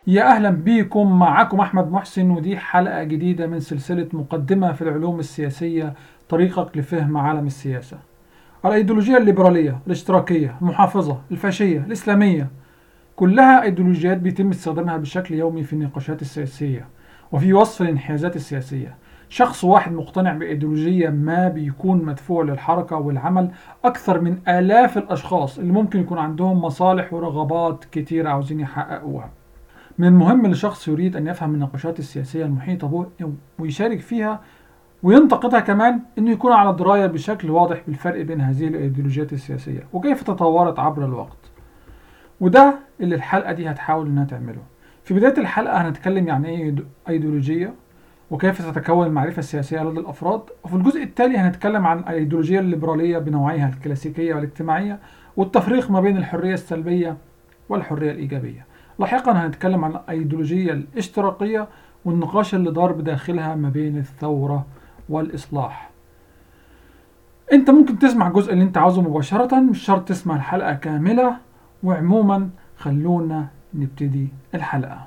يا أهلا بيكم، معكم أحمد محسن، ودي حلقة جديدة من سلسلة مقدمة في العلوم السياسية، طريقك لفهم عالم السياسة. الأيديولوجية الليبرالية، الاشتراكية، المحافظة، الفاشية، الإسلامية، كلها أيديولوجيات بيتم استخدامها بشكل يومي في النقاشات السياسية وفي وصف الانحيازات السياسية. شخص واحد مقتنع بأيديولوجية ما بيكون مدفوع للحركة والعمل أكثر من آلاف الأشخاص اللي ممكن يكون عندهم مصالح ورغبات كتيرة عاوزين يحققوها. من المهم لشخص يريد أن يفهم النقاشات السياسية المحيطة به ويشارك فيها وينتقدها كمان، أنه يكون على دراية بشكل واضح بالفرق بين هذه الأيديولوجيات السياسية وكيف تطورت عبر الوقت. وده اللي الحلقة دي هتحاول أنها تعمله. في بداية الحلقة هنتكلم يعني إيه أيديولوجية وكيف تتكون المعرفة السياسية لدى الأفراد، وفي الجزء التالي هنتكلم عن الأيديولوجية الليبرالية بنوعيها الكلاسيكية والاجتماعية والتفريق ما بين الحرية السلبية والحرية الإيجابية. لاحقا هنتكلم عن الأيديولوجية الاشتراكية والنقاش اللي دار بداخلها ما بين الثورة والإصلاح. انت ممكن تسمع الجزء اللي انت عاوزه مباشرة، مش شرط تسمع الحلقة كاملة. وعموما خلونا نبتدي الحلقة.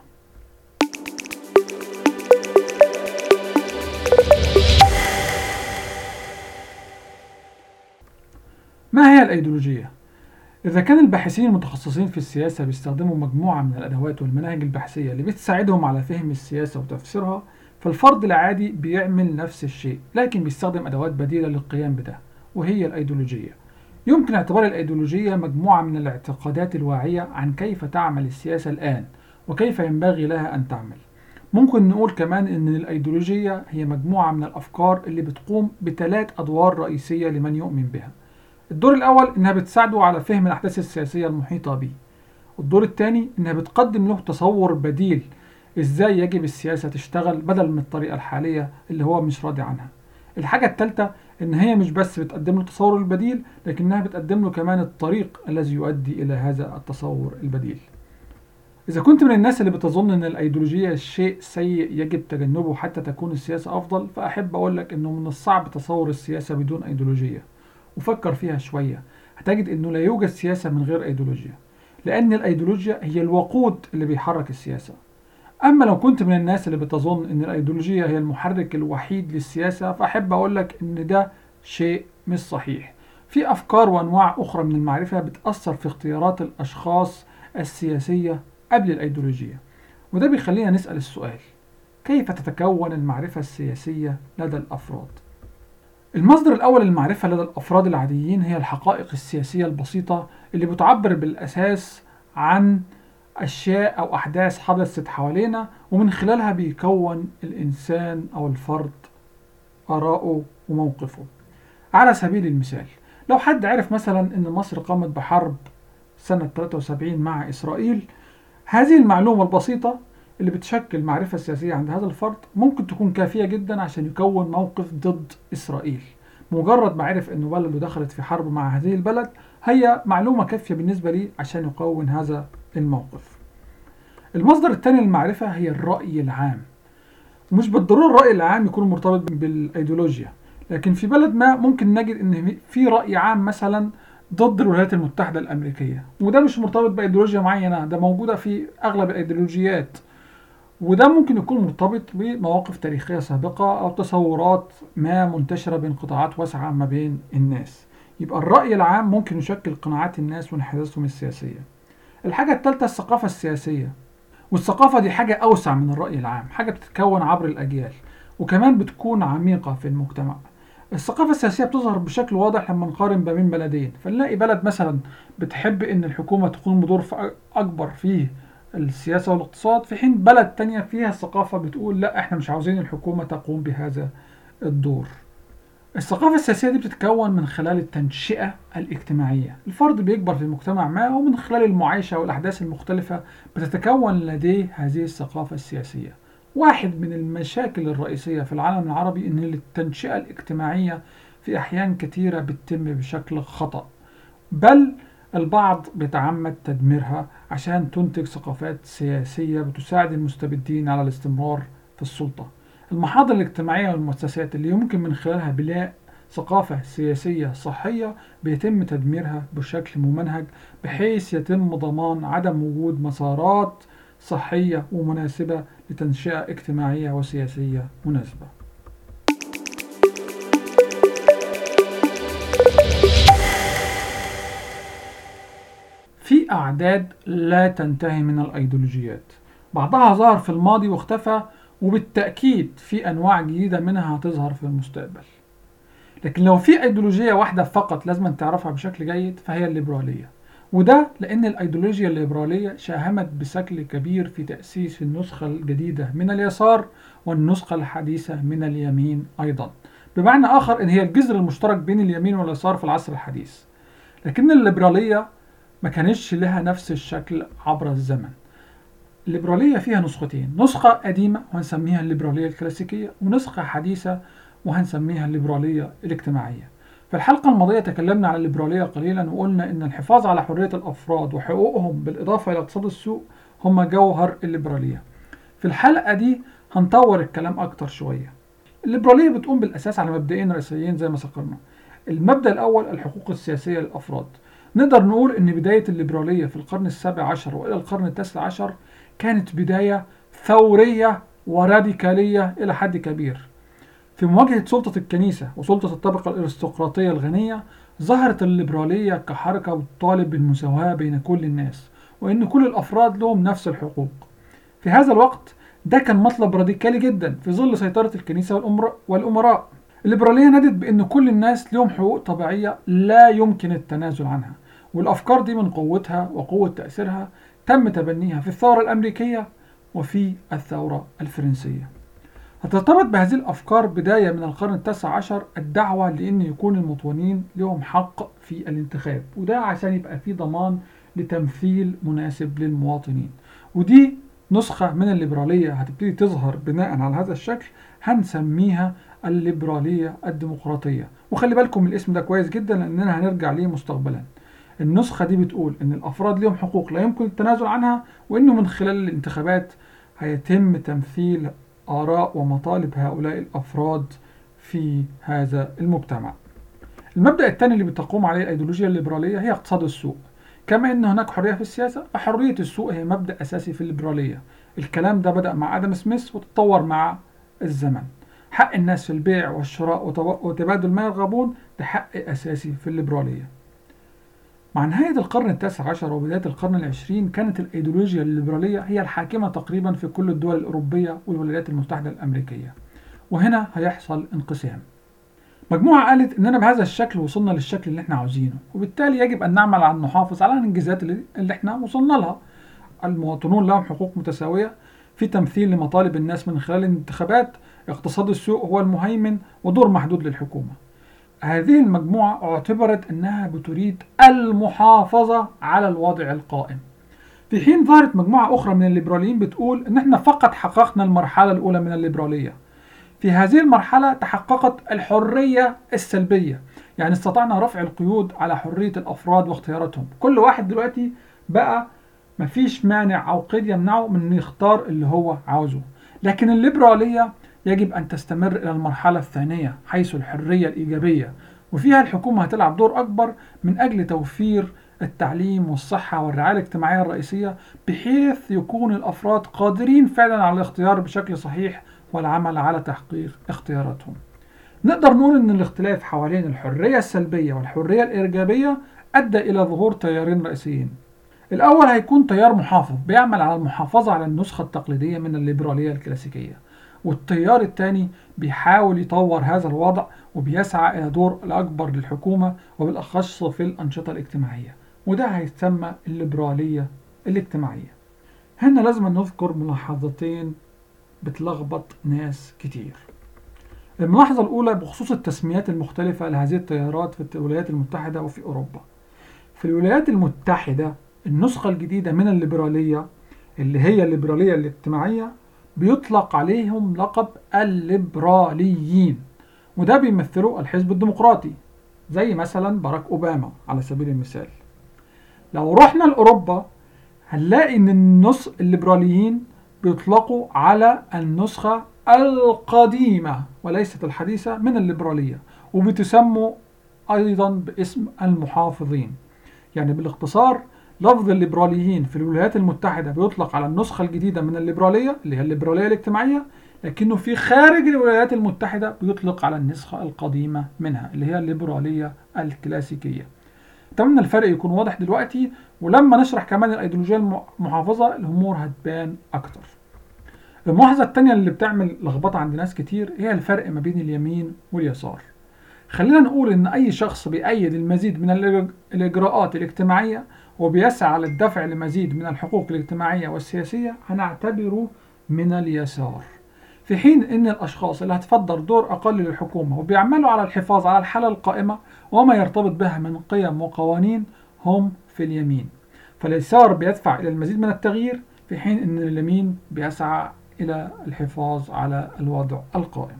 ما هي الأيديولوجية؟ إذا كان الباحثين المتخصصين في السياسة بيستخدموا مجموعة من الأدوات والمناهج البحثية اللي بتساعدهم على فهم السياسة وتفسيرها، فالفرد العادي بيعمل نفس الشيء لكن بيستخدم أدوات بديلة للقيام بده، وهي الأيديولوجية. يمكن اعتبار الأيديولوجية مجموعة من الاعتقادات الواعية عن كيف تعمل السياسة الآن وكيف ينبغي لها أن تعمل. ممكن نقول كمان إن الأيديولوجية هي مجموعة من الأفكار اللي بتقوم بثلاث أدوار رئيسية لمن يؤمن بها. الدور الأول إنها بتساعده على فهم الأحداث السياسية المحيطة به. الدور الثاني إنها بتقدم له تصور بديل إزاي يجب السياسة تشتغل بدل من الطريقة الحالية اللي هو مش راضي عنها. الحاجة الثالثة إن هي مش بس بتقدم له تصور البديل، لكنها بتقدم له كمان الطريق الذي يؤدي إلى هذا التصور البديل. إذا كنت من الناس اللي بتظن إن الأيديولوجية شيء سيء يجب تجنبه حتى تكون السياسة أفضل، فأحب أقول لك إنه من الصعب تصور السياسة بدون أيديولوجية. وفكر فيها شوية، هتجد إنه لا يوجد سياسة من غير أيديولوجيا، لأن الأيديولوجيا هي الوقود اللي بيحرك السياسة. أما لو كنت من الناس اللي بتظن إن الأيديولوجيا هي المحرك الوحيد للسياسة، فأحب أقول لك إن ده شيء مش صحيح. في أفكار وأنواع أخرى من المعرفة بتأثر في اختيارات الأشخاص السياسية قبل الأيديولوجيا، وده بيخلينا نسأل السؤال: كيف تتكون المعرفة السياسية لدى الأفراد؟ المصدر الأول للمعرفة لدى الأفراد العاديين هي الحقائق السياسية البسيطة اللي بتعبر بالأساس عن أشياء أو أحداث حدثت حوالينا، ومن خلالها بيكون الإنسان أو الفرد آراءه وموقفه. على سبيل المثال، لو حد عرف مثلا أن مصر قامت بحرب سنة 73 مع إسرائيل، هذه المعلومة البسيطة اللي بتشكل معرفة سياسية عند هذا الفرد ممكن تكون كافية جدا عشان يكون موقف ضد إسرائيل. مجرد ما عرف أنه بلده دخلت في حرب مع هذه البلد، هي معلومة كافية بالنسبة لي عشان يكون هذا الموقف. المصدر الثاني للمعرفة هي الرأي العام، ومش بالضرورة الرأي العام يكون مرتبط بالأيديولوجيا، لكن في بلد ما ممكن نجد أن في رأي عام مثلا ضد الولايات المتحدة الأمريكية، وده مش مرتبط بأيديولوجيا معينة، ده موجودة في أغلب الأيديولوجيات، وده ممكن يكون مرتبط بمواقف تاريخية سابقة أو تصورات ما منتشرة بين قطاعات واسعة ما بين الناس. يبقى الرأي العام ممكن يشكل قناعات الناس وانحيازاتهم السياسية. الحاجة الثالثة الثقافة السياسية، والثقافة دي حاجة أوسع من الرأي العام، حاجة بتتكون عبر الأجيال وكمان بتكون عميقة في المجتمع. الثقافة السياسية بتظهر بشكل واضح لما نقارن ما بين بلدين، فنلاقي بلد مثلا بتحب ان الحكومة تقوم بدور اكبر في السياسة والاقتصاد، في حين بلد تانية فيها الثقافة بتقول لا، احنا مش عاوزين الحكومة تقوم بهذا الدور. الثقافة السياسية دي بتتكون من خلال التنشئة الاجتماعية. الفرد بيكبر في مجتمع ما، ومن خلال المعايشة والأحداث المختلفة بتتكون لديه هذه الثقافة السياسية. واحد من المشاكل الرئيسية في العالم العربي إن التنشئة الاجتماعية في أحيان كثيرة بتتم بشكل خطأ، بل البعض بيتعمد تدميرها عشان تنتج ثقافات سياسية بتساعد المستبدين على الاستمرار في السلطة. المحاضر الاجتماعية والمؤسسات اللي يمكن من خلالها بناء ثقافة سياسية صحية بيتم تدميرها بشكل ممنهج، بحيث يتم ضمان عدم وجود مسارات صحية ومناسبة لتنشئة اجتماعية وسياسية مناسبة. في أعداد لا تنتهي من الأيديولوجيات، بعضها ظهر في الماضي واختفى، وبالتأكيد في أنواع جديدة منها هتظهر في المستقبل. لكن لو في أيديولوجية واحدة فقط لازم تعرفها بشكل جيد فهي الليبرالية، وده لأن الأيديولوجيا الليبرالية ساهمت بشكل كبير في تأسيس النسخة الجديدة من اليسار والنسخة الحديثة من اليمين أيضا، بمعنى آخر إن هي الجذر المشترك بين اليمين واليسار في العصر الحديث. لكن الليبرالية ما كانتش لها نفس الشكل عبر الزمن. الليبرالية فيها نسختين، نسخة قديمة وهنسميها الليبرالية الكلاسيكية، ونسخة حديثة وهنسميها الليبرالية الاجتماعية. في الحلقة الماضية تكلمنا عن الليبرالية قليلا وقلنا إن الحفاظ على حرية الأفراد وحقوقهم بالإضافة إلى اقتصاد السوق هم جوهر الليبرالية. في الحلقة دي هنطور الكلام أكتر شوية. الليبرالية بتقوم بالأساس على مبدئين رئيسيين زي ما ذكرنا. المبدأ الأول الحقوق السياسية للأفراد. نقدر نقول إن بداية الليبرالية في القرن السابع عشر وإلى القرن التاسع عشر كانت بداية ثورية وراديكالية إلى حد كبير. في مواجهة سلطة الكنيسة وسلطة الطبقة الأرستقراطية الغنية، ظهرت الليبرالية كحركة بتطالب بالمساواة بين كل الناس وإن كل الأفراد لهم نفس الحقوق. في هذا الوقت ده كان مطلب راديكالي جدا في ظل سيطرة الكنيسة والأمراء. الليبرالية نادت بأن كل الناس لهم حقوق طبيعية لا يمكن التنازل عنها، والأفكار دي من قوتها وقوة تأثيرها تم تبنيها في الثورة الأمريكية وفي الثورة الفرنسية. هترتبط بهذه الأفكار بداية من القرن التاسع عشر الدعوة لأن يكون المواطنين لهم حق في الانتخاب، وده عشان يبقى في ضمان لتمثيل مناسب للمواطنين. ودي نسخة من الليبرالية هتبتدي تظهر بناء على هذا الشكل، هنسميها الليبرالية الديمقراطية. وخلي بالكم الاسم ده كويس جدا لأننا هنرجع ليه مستقبلا. النسخة دي بتقول إن الأفراد لهم حقوق لا يمكن التنازل عنها، وإنه من خلال الانتخابات هيتم تمثيل آراء ومطالب هؤلاء الأفراد في هذا المجتمع. المبدأ الثاني اللي بتقوم عليه الأيديولوجيا الليبرالية هي اقتصاد السوق. كما أن هناك حرية في السياسة، فحرية السوق هي مبدأ أساسي في الليبرالية. الكلام ده بدأ مع آدم سميث وتطور مع الزمن. حق الناس في البيع والشراء وتبادل ما يرغبون ده حق أساسي في الليبرالية. مع نهاية القرن التاسع عشر وبداية القرن العشرين كانت الأيديولوجيا الليبرالية هي الحاكمة تقريبا في كل الدول الأوروبية والولايات المتحدة الأمريكية، وهنا هيحصل انقسام. مجموعة قالت إننا بهذا الشكل وصلنا للشكل اللي احنا عاوزينه، وبالتالي يجب أن نعمل على نحافظ على الإنجازات اللي احنا وصلنا لها. المواطنون لهم حقوق متساوية في تمثيل لمطالب الناس من خلال الانتخابات، اقتصاد السوق هو المهيمن، ودور محدود للحكومة. هذه المجموعة اعتبرت أنها بتريد المحافظة على الوضع القائم، في حين ظهرت مجموعة أخرى من الليبراليين بتقول أن احنا فقط حققنا المرحلة الأولى من الليبرالية. في هذه المرحلة تحققت الحرية السلبية، يعني استطعنا رفع القيود على حرية الأفراد واختياراتهم. كل واحد دلوقتي بقى مفيش مانع أو قيد يمنعه من أن يختار اللي هو عاوزه. لكن الليبرالية يجب أن تستمر إلى المرحلة الثانية حيث الحرية الإيجابية، وفيها الحكومة هتلعب دور أكبر من أجل توفير التعليم والصحة والرعاية الاجتماعية الرئيسية، بحيث يكون الأفراد قادرين فعلا على الاختيار بشكل صحيح والعمل على تحقيق اختياراتهم. نقدر نقول أن الاختلاف حوالين الحرية السلبية والحرية الإيجابية أدى إلى ظهور تيارين رئيسيين. الأول هيكون تيار محافظ بيعمل على المحافظة على النسخة التقليدية من الليبرالية الكلاسيكية، والتيار الثاني بيحاول يطور هذا الوضع وبيسعى إلى دور الأكبر للحكومة وبالأخص في الأنشطة الاجتماعية، وده هيتسمى الليبرالية الاجتماعية. هنا لازم نذكر ملاحظتين بتلخبط ناس كتير. الملاحظة الأولى بخصوص التسميات المختلفة لهذه التيارات في الولايات المتحدة وفي أوروبا. في الولايات المتحدة النسخة الجديدة من الليبرالية اللي هي الليبرالية الاجتماعية بيطلق عليهم لقب الليبراليين، وده بيمثلوا الحزب الديمقراطي زي مثلا باراك أوباما على سبيل المثال. لو رحنا لأوروبا هنلاقي ان الليبراليين بيطلقوا على النسخة القديمة وليست الحديثة من الليبرالية، وبتسموا أيضا باسم المحافظين. يعني بالاختصار لفظ الليبراليين في الولايات المتحدة بيطلق على النسخة الجديدة من الليبرالية اللي هي الليبرالية الاجتماعية، لكنه في خارج الولايات المتحدة بيطلق على النسخة القديمة منها اللي هي الليبرالية الكلاسيكية. أتمنى الفرق يكون واضح دلوقتي، ولما نشرح كمان الأيديولوجية المحافظة الأمور هتبان أكتر. الملاحظة التانية اللي بتعمل لخبطة عند ناس كتير هي الفرق ما بين اليمين واليسار. خلينا نقول إن أي شخص بيأيد المزيد من الإجراءات الاجتماعية وبيسعى للدفع لمزيد من الحقوق الاجتماعية والسياسية هنعتبره من اليسار، في حين إن الأشخاص اللي هتفضل دور أقل للحكومة وبيعملوا على الحفاظ على الحالة القائمة وما يرتبط بها من قيم وقوانين هم في اليمين. فاليسار بيدفع إلى المزيد من التغيير، في حين إن اليمين بيسعى إلى الحفاظ على الوضع القائم.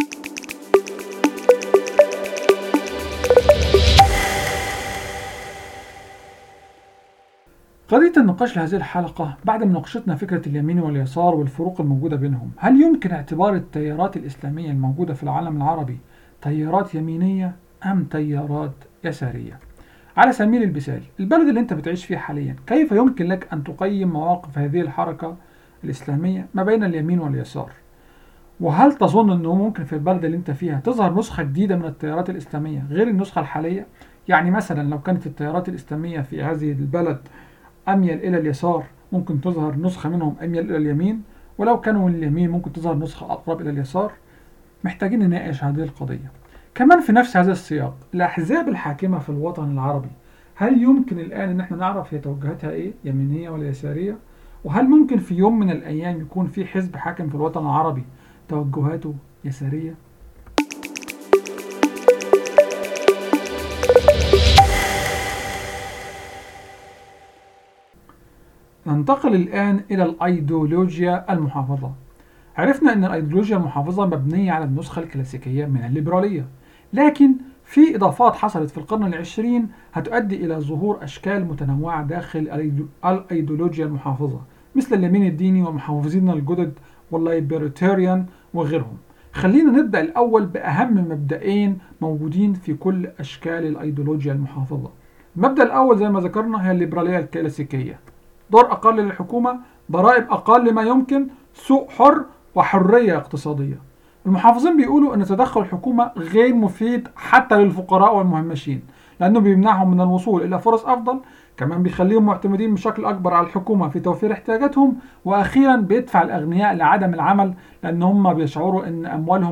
قضية النقاش لهذه الحلقة بعد مناقشتنا فكرة اليمين واليسار والفروق الموجودة بينهم، هل يمكن اعتبار التيارات الإسلامية الموجودة في العالم العربي تيارات يمينية أم تيارات يسارية؟ على سبيل المثال، البلد اللي انت بتعيش فيه حاليا، كيف يمكن لك أن تقيم مواقف هذه الحركة الإسلامية ما بين اليمين واليسار؟ وهل تظن أنه ممكن في البلد اللي انت فيها تظهر نسخة جديدة من التيارات الإسلامية غير النسخة الحالية؟ يعني مثلا لو كانت التيارات الإسلامية في هذه البلد أميل إلى اليسار ممكن تظهر نسخة منهم أميل إلى اليمين، ولو كانوا من اليمين ممكن تظهر نسخة أقرب إلى اليسار. محتاجين نناقش هذه القضية. كمان في نفس هذا السياق، الأحزاب الحاكمة في الوطن العربي، هل يمكن الآن إن احنا نعرف هي توجهاتها إيه؟ يمينية ولا يسارية؟ وهل ممكن في يوم من الأيام يكون في حزب حاكم في الوطن العربي توجهاته يسارية؟ ننتقل الآن إلى الأيديولوجيا المحافظة. عرفنا أن الأيديولوجيا المحافظة مبنية على النسخة الكلاسيكية من الليبرالية، لكن في إضافات حصلت في القرن العشرين هتؤدي إلى ظهور أشكال متنوعة داخل الأيديولوجيا المحافظة، مثل اليمين الديني والمحافظين الجدد واللايبرتاريان وغيرهم. خلينا نبدأ الأول بأهم مبدئين موجودين في كل أشكال الأيديولوجيا المحافظة. المبدأ الأول زي ما ذكرنا هي الليبرالية الكلاسيكية، دور أقل للحكومة، ضرائب أقل ما يمكن، سوق حر، وحرية اقتصادية. المحافظين بيقولوا أن تدخل الحكومة غير مفيد حتى للفقراء والمهمشين، لأنه بيمنعهم من الوصول إلى فرص أفضل، كمان بيخليهم معتمدين بشكل أكبر على الحكومة في توفير احتياجاتهم، وأخيرا بيدفع الأغنياء لعدم العمل لأن هم بيشعروا أن أموالهم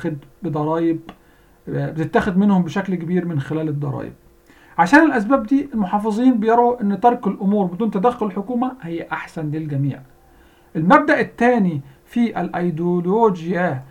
بتتاخد منهم بشكل كبير من خلال الضرائب. عشان الأسباب دي المحافظين بيروا أن ترك الأمور بدون تدخل الحكومة هي أحسن للجميع. المبدأ الثاني في الأيديولوجيا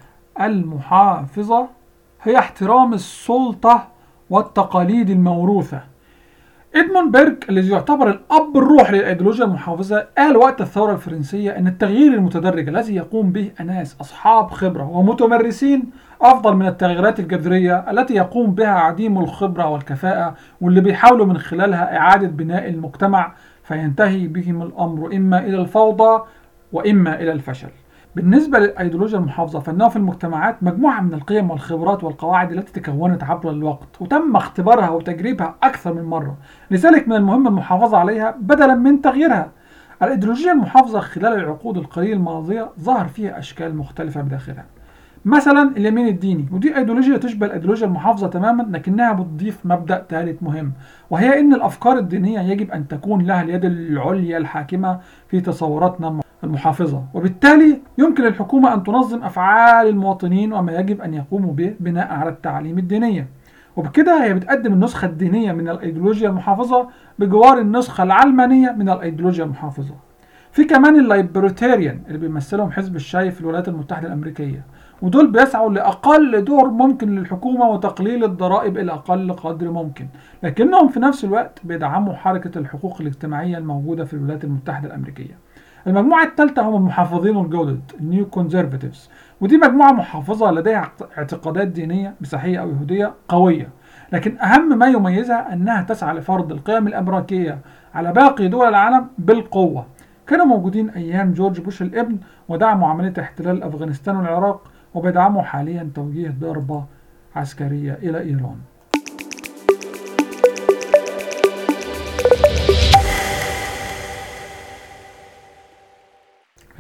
المحافظة هي احترام السلطة والتقاليد الموروثة. إدموند بيرك الذي يعتبر الأب الروحي للأيديولوجيا المحافظة قال وقت الثورة الفرنسية أن التغيير المتدرج الذي يقوم به أناس أصحاب خبرة ومتمرسين أفضل من التغييرات الجذرية التي يقوم بها عديم الخبرة والكفاءة، واللي بيحاولوا من خلالها إعادة بناء المجتمع فينتهي بهم الأمر إما إلى الفوضى وإما إلى الفشل. بالنسبة للأيديولوجيا المحافظة فإنها في المجتمعات مجموعة من القيم والخبرات والقواعد التي تكونت عبر الوقت وتم اختبارها وتجريبها أكثر من مرة، لذلك من المهم المحافظة عليها بدلا من تغييرها. الأيديولوجيا المحافظة خلال العقود القليلة الماضية ظهر فيها أشكال مختلفة بداخلها، مثلا اليمين الديني، ودي أيديولوجيا تشبه الأيديولوجيا المحافظة تماما، لكنها بتضيف مبدأ ثالث مهم، وهي أن الأفكار الدينية يجب أن تكون لها اليد العليا الحاكمة في تصوراتنا المحافظة، وبالتالي يمكن للحكومة أن تنظم أفعال المواطنين وما يجب أن يقوموا به بناء على التعاليم الدينية. وبكده هي بتقدم النسخة الدينية من الأيديولوجيا المحافظة بجوار النسخة العلمانية من الأيديولوجيا المحافظة. في كمان اللايبرتاريان اللي بيمثلهم حزب الشاي في الولايات المتحدة الأمريكية، ودول بيسعوا لأقل دور ممكن للحكومة وتقليل الضرائب إلى أقل قدر ممكن، لكنهم في نفس الوقت بيدعموا حركة الحقوق الاجتماعية الموجودة في الولايات المتحدة الأمريكية. المجموعة الثالثة هم المحافظين الجدد نيو كونزرفاتيفز، ودي مجموعة محافظة لديها اعتقادات دينية مسيحية أو يهودية قوية، لكن أهم ما يميزها أنها تسعى لفرض القيم الأمريكية على باقي دول العالم بالقوة. كانوا موجودين أيام جورج بوش الابن ودعموا عملية احتلال أفغانستان والعراق، وبيدعموا حاليا توجيه ضربة عسكرية إلى إيران.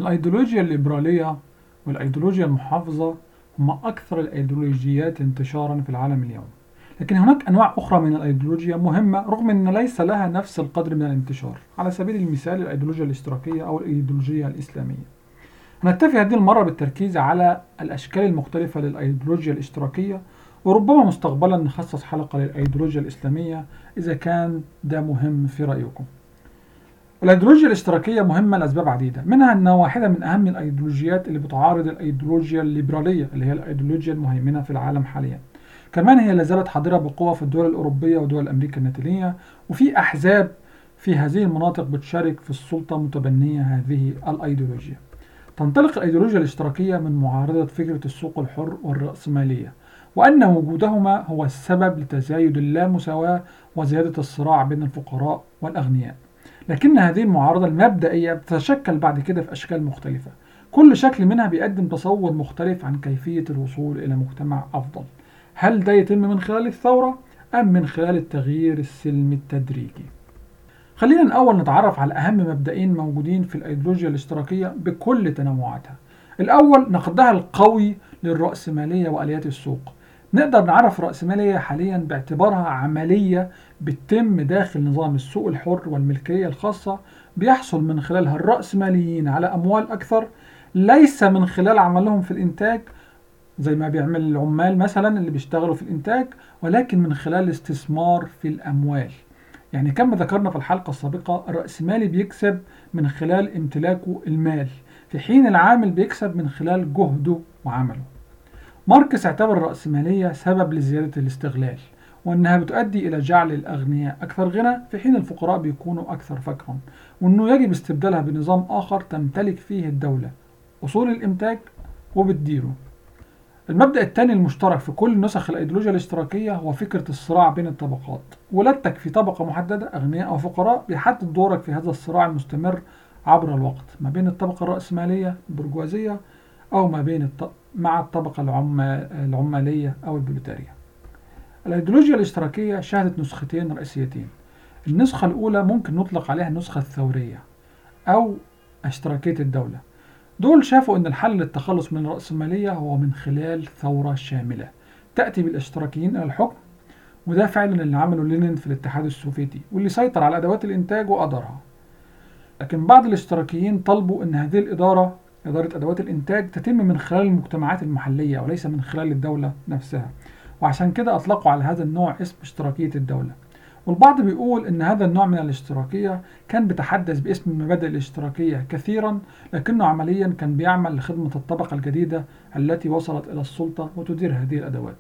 الأيديولوجيا الليبرالية والأيديولوجيا المحافظة هما أكثر الأيديولوجيات انتشارا في العالم اليوم، لكن هناك أنواع أخرى من الأيديولوجيا مهمة رغم أن ليس لها نفس القدر من الانتشار. على سبيل المثال الأيديولوجيا الاشتراكية أو الأيديولوجيا الإسلامية. هنكتفي هذه المرة بالتركيز على الأشكال المختلفة للأيديولوجيا الاشتراكية، وربما مستقبلا نخصص حلقة للأيديولوجيا الإسلامية إذا كان ده مهم في رأيكم. الأيديولوجيا الاشتراكية مهمة لأسباب عديدة، منها أنها واحدة من أهم الأيديولوجيات اللي بتعارض الأيديولوجيا الليبرالية اللي هي الأيديولوجيا المهيمنة في العالم حاليا. كمان هي لازالت حاضرة بقوة في الدول الأوروبية ودول أمريكا اللاتينية، وفي أحزاب في هذه المناطق بتشارك في السلطة متبنية هذه الأيديولوجيا. تنطلق الأيديولوجيا الاشتراكية من معارضة فكرة السوق الحر والرأسمالية، وأن وجودهما هو السبب لتزايد اللامساواة وزيادة الصراع بين الفقراء والأغنياء. لكن هذه المعارضة المبدئية بتتشكل بعد كده في أشكال مختلفة، كل شكل منها بيقدم تصور مختلف عن كيفية الوصول إلى مجتمع أفضل. هل ده يتم من خلال الثورة أم من خلال التغيير السلمي التدريجي؟ خلينا الأول نتعرف على أهم مبدئين موجودين في الأيديولوجيا الاشتراكية بكل تنوعاتها. الأول نقدها القوي للرأسمالية وآليات السوق. نقدر نعرف الرأسمالية حاليا باعتبارها عملية بتتم داخل نظام السوق الحر والملكية الخاصة، بيحصل من خلالها الرأسماليين على أموال أكثر، ليس من خلال عملهم في الإنتاج زي ما بيعمل العمال مثلا اللي بيشتغلوا في الإنتاج، ولكن من خلال الاستثمار في الأموال. يعني كما ذكرنا في الحلقة السابقة، الرأسمالي بيكسب من خلال امتلاكه المال، في حين العامل بيكسب من خلال جهده وعمله. ماركس اعتبر الرأسمالية سبب لزيادة الاستغلال، وأنها بتؤدي إلى جعل الأغنياء أكثر غنى في حين الفقراء بيكونوا أكثر فقرا، وأنه يجب استبدالها بنظام آخر تمتلك فيه الدولة أصول الإنتاج وبتديره. المبدأ الثاني المشترك في كل نسخ الأيديولوجيا الاشتراكية هو فكرة الصراع بين الطبقات. ولادتك في طبقة محددة أغنياء أو فقراء بيحدد دورك في هذا الصراع المستمر عبر الوقت ما بين الطبقة الرأسمالية البرجوازية أو ما بين مع الطبقة العمالية أو البوليتارية. الأيديولوجيا الاشتراكية شهدت نسختين رئيسيتين. النسخة الأولى ممكن نطلق عليها النسخة الثورية أو اشتراكية الدولة. دول شافوا أن الحل للتخلص من الرأسمالية هو من خلال ثورة شاملة تأتي بالاشتراكيين إلى الحكم، وده فعلا اللي عمله لينين في الاتحاد السوفيتي واللي سيطر على أدوات الإنتاج وأدارها. لكن بعض الاشتراكيين طلبوا أن هذه إدارة أدوات الإنتاج تتم من خلال المجتمعات المحلية وليس من خلال الدولة نفسها، وعشان كده أطلقوا على هذا النوع اسم اشتراكية الدولة. والبعض بيقول أن هذا النوع من الاشتراكية كان بيتحدث باسم المبادئ الاشتراكية كثيرا، لكنه عمليا كان بيعمل لخدمة الطبقة الجديدة التي وصلت إلى السلطة وتدير هذه الأدوات.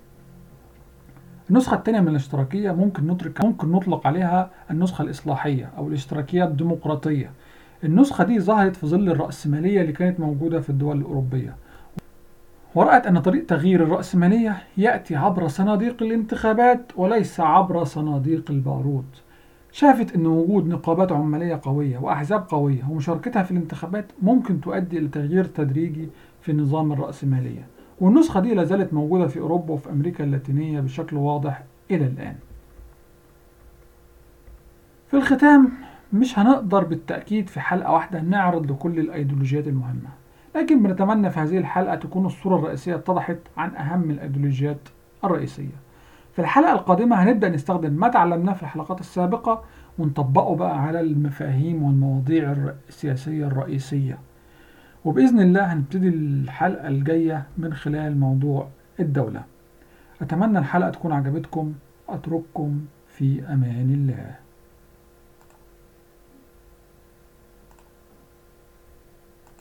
النسخة الثانية من الاشتراكية ممكن نطلق عليها النسخة الإصلاحية أو الاشتراكية الديمقراطية. النسخة دي ظهرت في ظل الرأسمالية اللي كانت موجودة في الدول الأوروبية، ورأت أن طريق تغيير الرأسمالية يأتي عبر صناديق الانتخابات وليس عبر صناديق البارود. شافت أن وجود نقابات عمالية قوية وأحزاب قوية ومشاركتها في الانتخابات ممكن تؤدي إلى تغيير تدريجي في نظام الرأسمالية، والنسخة دي لازالت موجودة في أوروبا وفي أمريكا اللاتينية بشكل واضح إلى الآن. في الختام، مش هنقدر بالتأكيد في حلقة واحدة نعرض لكل الأيديولوجيات المهمة، لكن بنتمنى في هذه الحلقة تكون الصورة الرئيسية اتضحت عن أهم الأيديولوجيات الرئيسية. في الحلقة القادمة هنبدأ نستخدم ما تعلمناه في الحلقات السابقة ونطبقه بقى على المفاهيم والمواضيع السياسية الرئيسية، وبإذن الله هنبتدي الحلقة الجاية من خلال موضوع الدولة. أتمنى الحلقة تكون عجبتكم، أترككم في أمان الله.